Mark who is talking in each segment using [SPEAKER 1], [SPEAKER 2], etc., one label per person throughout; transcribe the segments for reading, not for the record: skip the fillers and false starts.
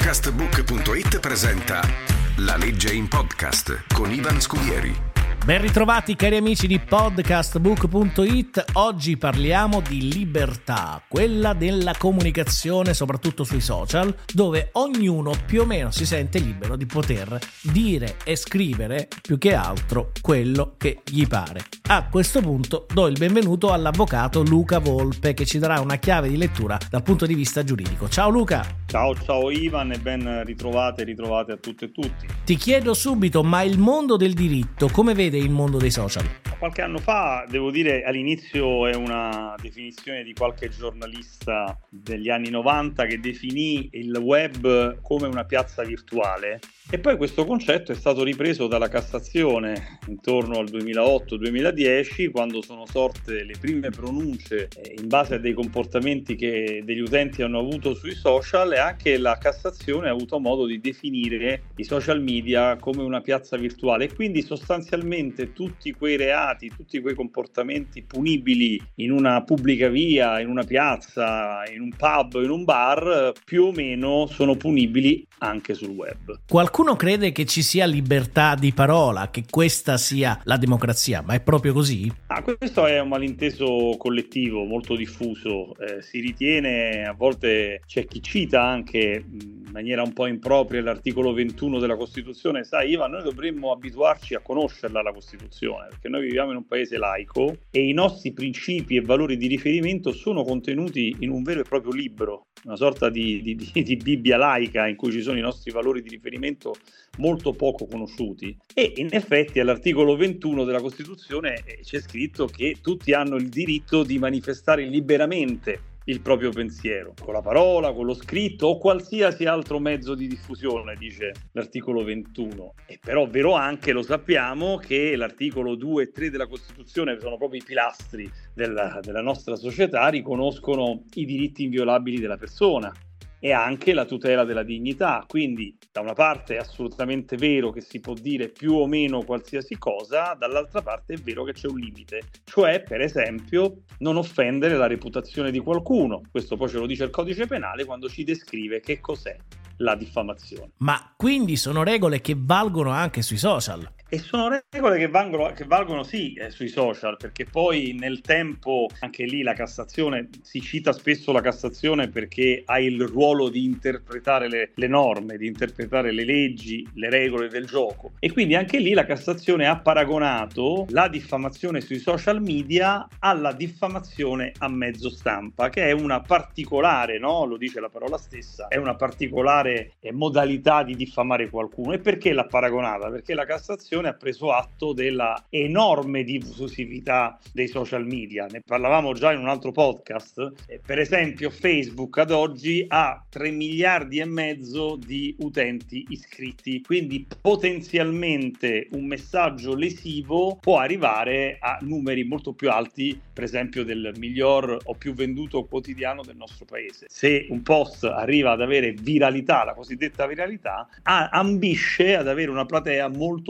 [SPEAKER 1] Podcastbook.it presenta La legge in podcast con Ivan Scudieri.
[SPEAKER 2] Ben ritrovati cari amici di Podcastbook.it. Oggi parliamo di libertà, quella della comunicazione soprattutto sui social, dove ognuno più o meno si sente libero di poter dire e scrivere più che altro quello che gli pare. A questo punto do il benvenuto all'avvocato Luca Volpe, che ci darà una chiave di lettura dal punto di vista giuridico. Ciao Luca!
[SPEAKER 3] Ciao Ivan e ben ritrovate a tutte e tutti.
[SPEAKER 2] Ti chiedo subito, ma il mondo del diritto come vede il mondo dei social?
[SPEAKER 3] Qualche anno fa, devo dire, all'inizio è una definizione di qualche giornalista degli anni 90 che definì il web come una piazza virtuale, e poi questo concetto è stato ripreso dalla Cassazione intorno al 2008-2010, quando sono sorte le prime pronunce in base a dei comportamenti che degli utenti hanno avuto sui social, e anche la Cassazione ha avuto modo di definire i social media come una piazza virtuale, e quindi sostanzialmente tutti quei reati, tutti quei comportamenti punibili in una pubblica via, in una piazza, in un pub, in un bar, più o meno sono punibili anche sul web.
[SPEAKER 2] Qualcuno crede che ci sia libertà di parola, che questa sia la democrazia, ma è proprio così?
[SPEAKER 3] Questo è un malinteso collettivo molto diffuso. Si ritiene, a volte c'è chi cita anche in maniera un po' impropria l'articolo 21 della Costituzione. Sai Ivan, noi dovremmo abituarci a conoscerla la Costituzione, perché noi viviamo in un paese laico e i nostri principi e valori di riferimento sono contenuti in un vero e proprio libro, una sorta di Bibbia laica in cui ci sono i nostri valori di riferimento molto poco conosciuti. E in effetti all'articolo 21 della Costituzione c'è scritto che tutti hanno il diritto di manifestare liberamente il proprio pensiero, con la parola, con lo scritto o qualsiasi altro mezzo di diffusione, dice l'articolo 21. E però vero anche, lo sappiamo, che l'articolo 2 e 3 della Costituzione, che sono proprio i pilastri della nostra società, riconoscono i diritti inviolabili della persona e anche la tutela della dignità. Quindi da una parte è assolutamente vero che si può dire più o meno qualsiasi cosa, dall'altra parte è vero che c'è un limite, cioè per esempio non offendere la reputazione di qualcuno. Questo poi ce lo dice il codice penale quando ci descrive che cos'è la diffamazione.
[SPEAKER 2] Ma quindi sono regole che valgono anche sui social?
[SPEAKER 3] E sono regole che valgono sì sui social, perché poi nel tempo anche lì la Cassazione, si cita spesso la Cassazione perché ha il ruolo di interpretare le norme, di interpretare le leggi, le regole del gioco, e quindi anche lì la Cassazione ha paragonato la diffamazione sui social media alla diffamazione a mezzo stampa, che è una particolare, no? Lo dice la parola stessa, è una particolare modalità di diffamare qualcuno. E perché l'ha paragonata? Perché la Cassazione ha preso atto della enorme diffusività dei social media. Ne parlavamo già in un altro podcast. Per esempio Facebook ad oggi ha 3 miliardi e mezzo di utenti iscritti, quindi potenzialmente un messaggio lesivo può arrivare a numeri molto più alti, per esempio del miglior o più venduto quotidiano del nostro paese. Se un post arriva ad avere viralità, la cosiddetta viralità, ambisce ad avere una platea molto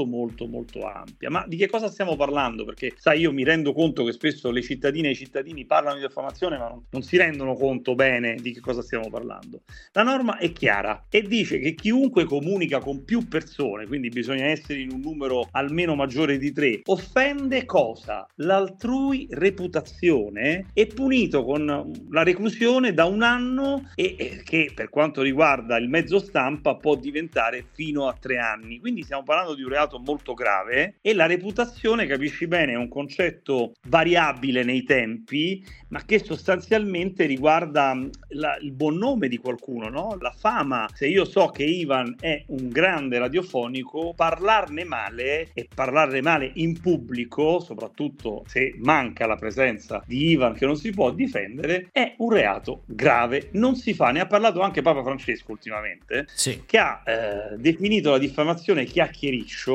[SPEAKER 3] ampia. Ma di che cosa stiamo parlando? Perché sai, io mi rendo conto che spesso le cittadine e i cittadini parlano di diffamazione ma non si rendono conto bene di che cosa stiamo parlando. La norma è chiara e dice che chiunque comunica con più persone, quindi bisogna essere in un numero almeno maggiore di 3, offende cosa? L'altrui reputazione, è punito con la reclusione da 1 anno e che per quanto riguarda il mezzo stampa può diventare fino a 3 anni. Quindi stiamo parlando di un reato molto grave, e la reputazione, capisci bene, è un concetto variabile nei tempi, ma che sostanzialmente riguarda il buon nome di qualcuno, no? La fama. Se io so che Ivan è un grande radiofonico, parlarne male, e parlarne male in pubblico, soprattutto se manca la presenza di Ivan che non si può difendere, è un reato grave. Non si fa, ne ha parlato anche Papa Francesco ultimamente,
[SPEAKER 2] sì,
[SPEAKER 3] che ha definito la diffamazione chiacchiericcio e che ha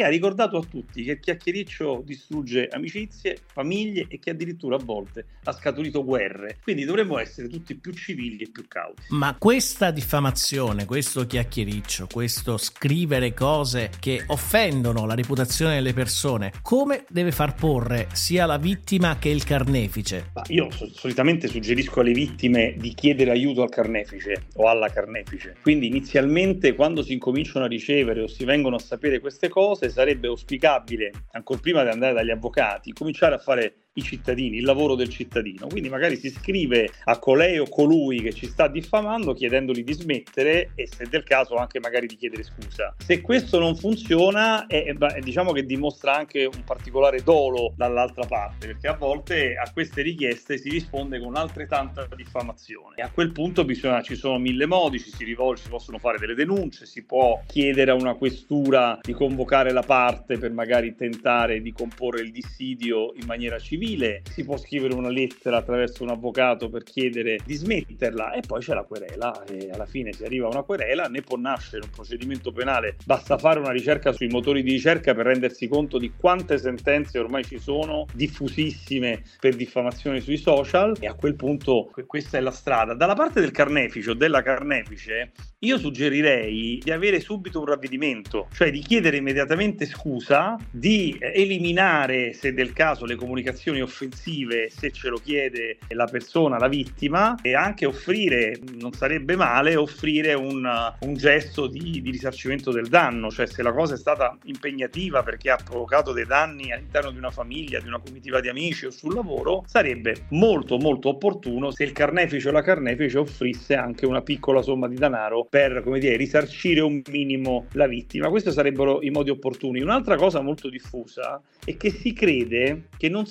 [SPEAKER 3] ha ricordato a tutti che il chiacchiericcio distrugge amicizie, famiglie e che addirittura a volte ha scaturito guerre. Quindi dovremmo essere tutti più civili e più cauti.
[SPEAKER 2] Ma questa diffamazione, questo chiacchiericcio, questo scrivere cose che offendono la reputazione delle persone, come deve far porre sia la vittima che il carnefice?
[SPEAKER 3] Io solitamente suggerisco alle vittime di chiedere aiuto al carnefice o alla carnefice. Quindi inizialmente, quando si incominciano a ricevere o si vengono a sapere queste cose, sarebbe auspicabile, ancor prima di andare dagli avvocati, cominciare a fare i cittadini, il lavoro del cittadino. Quindi magari si scrive a colei o colui che ci sta diffamando chiedendogli di smettere e, se del caso, anche magari di chiedere scusa. Se questo non funziona, diciamo che dimostra anche un particolare dolo dall'altra parte, perché a volte a queste richieste si risponde con altrettanta diffamazione e a quel punto ci sono 1000 modi, si possono fare delle denunce, si può chiedere a una questura di convocare la parte per magari tentare di comporre il dissidio in maniera civile, si può scrivere una lettera attraverso un avvocato per chiedere di smetterla e poi c'è la querela e alla fine si arriva a una querela, ne può nascere un procedimento penale. Basta fare una ricerca sui motori di ricerca per rendersi conto di quante sentenze ormai ci sono, diffusissime per diffamazione sui social, e a quel punto questa è la strada. Dalla parte del carnefice o della carnefice io suggerirei di avere subito un ravvedimento, cioè di chiedere immediatamente scusa, di eliminare, se del caso, le comunicazioni offensive, se ce lo chiede la persona, la vittima, e anche offrire, non sarebbe male, offrire un gesto di risarcimento del danno. Cioè, se la cosa è stata impegnativa perché ha provocato dei danni all'interno di una famiglia, di una comitiva di amici o sul lavoro, sarebbe molto molto opportuno se il carnefice o la carnefice offrisse anche una piccola somma di denaro per, come dire, risarcire un minimo la vittima. Questi sarebbero i modi opportuni. Un'altra cosa molto diffusa è che si crede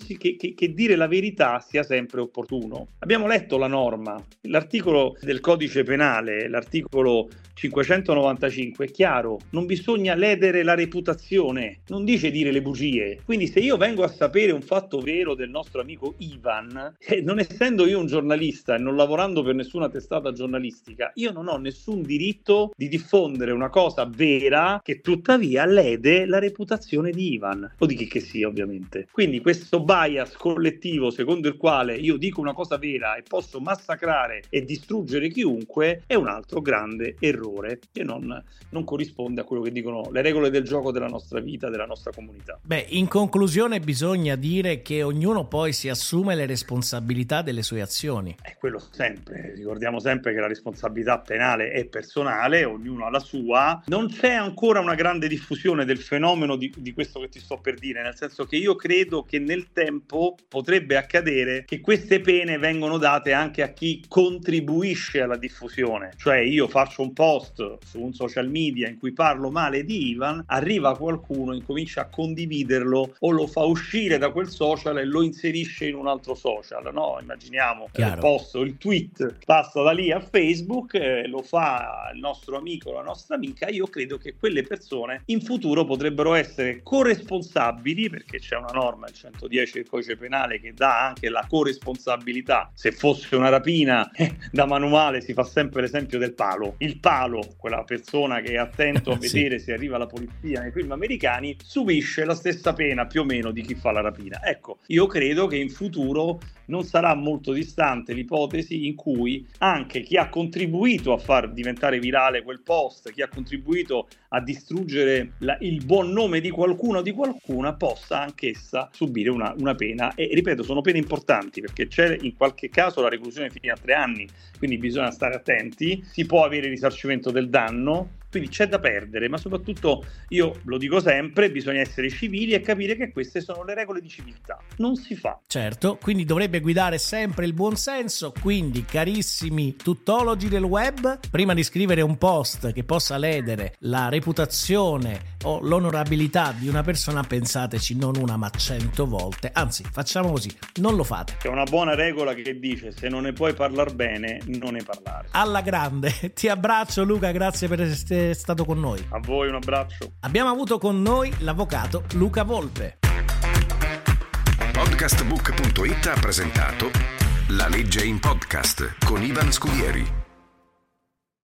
[SPEAKER 3] che dire la verità sia sempre opportuno. Abbiamo letto la norma, l'articolo del codice penale, l'articolo 595 è chiaro: non bisogna ledere la reputazione, non dice dire le bugie. Quindi se io vengo a sapere un fatto vero del nostro amico Ivan, non essendo io un giornalista e non lavorando per nessuna testata giornalistica, io non ho nessun diritto di diffondere una cosa vera che tuttavia lede la reputazione di Ivan o di chi che sia, ovviamente. Quindi questo bias collettivo secondo il quale io dico una cosa vera e posso massacrare e distruggere chiunque è un altro grande errore che non corrisponde a quello che dicono le regole del gioco della nostra vita, della nostra comunità.
[SPEAKER 2] Beh, in conclusione bisogna dire che ognuno poi si assume le responsabilità delle sue azioni.
[SPEAKER 3] È quello sempre, ricordiamo sempre che la responsabilità penale è personale, ognuno ha la sua. Non c'è ancora una grande diffusione del fenomeno di questo che ti sto per dire, nel senso che io credo che nel tempo potrebbe accadere che queste pene vengono date anche a chi contribuisce alla diffusione. Cioè, io faccio un post su un social media in cui parlo male di Ivan, arriva qualcuno, incomincia a condividerlo o lo fa uscire da quel social e lo inserisce in un altro social, no? Immaginiamo il post o il tweet passa da lì a Facebook, lo fa il nostro amico o la nostra amica. Io credo che quelle persone in futuro potrebbero essere corresponsabili, perché c'è una norma, il 110 del codice penale, che dà anche la corresponsabilità. Se fosse una rapina, da manuale si fa sempre l'esempio del palo. Il palo, quella persona che è attento a vedere se arriva la polizia nei film americani, subisce la stessa pena più o meno di chi fa la rapina. Ecco, io credo che in futuro non sarà molto distante l'ipotesi in cui anche chi ha contribuito a far diventare virale quel post, chi ha contribuito a distruggere il buon nome di qualcuno o di qualcuna, possa anch'essa subire una pena. E ripeto, sono pene importanti, perché c'è in qualche caso la reclusione fino a 3 anni, quindi bisogna stare attenti. Si può avere il risarcimento del danno, quindi c'è da perdere, ma soprattutto, io lo dico sempre, bisogna essere civili e capire che queste sono le regole di civiltà. Non si fa.
[SPEAKER 2] Certo, quindi dovrebbe guidare sempre il buon senso. Quindi, carissimi tuttologi del web, prima di scrivere un post che possa ledere la reputazione o l'onorabilità di una persona, pensateci non una ma 100 volte. Anzi, facciamo così, non lo fate.
[SPEAKER 3] C'è una buona regola che dice: se non ne puoi parlare bene, non ne parlare.
[SPEAKER 2] Alla grande. Ti abbraccio, Luca, grazie per essere stato con noi.
[SPEAKER 3] A voi un abbraccio.
[SPEAKER 2] Abbiamo avuto con noi l'avvocato Luca Volpe.
[SPEAKER 1] Podcastbook.it ha presentato La legge in podcast con Ivan Scudieri.